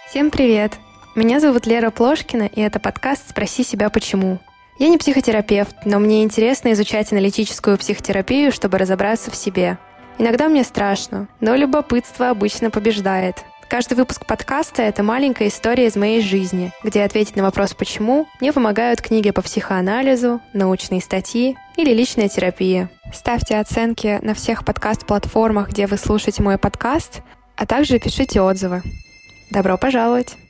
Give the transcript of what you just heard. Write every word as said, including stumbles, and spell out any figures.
Всем привет! Меня зовут Лера Плошкина, и это подкаст «Спроси себя почему». Я не психотерапевт, но мне интересно изучать аналитическую психотерапию, чтобы разобраться в себе. Иногда мне страшно, но любопытство обычно побеждает. Каждый выпуск подкаста — это маленькая история из моей жизни, где ответить на вопрос «почему» мне помогают книги по психоанализу, научные статьи или личная терапия. Ставьте оценки на всех подкаст-платформах, где вы слушаете мой подкаст, а также пишите отзывы. Добро пожаловать!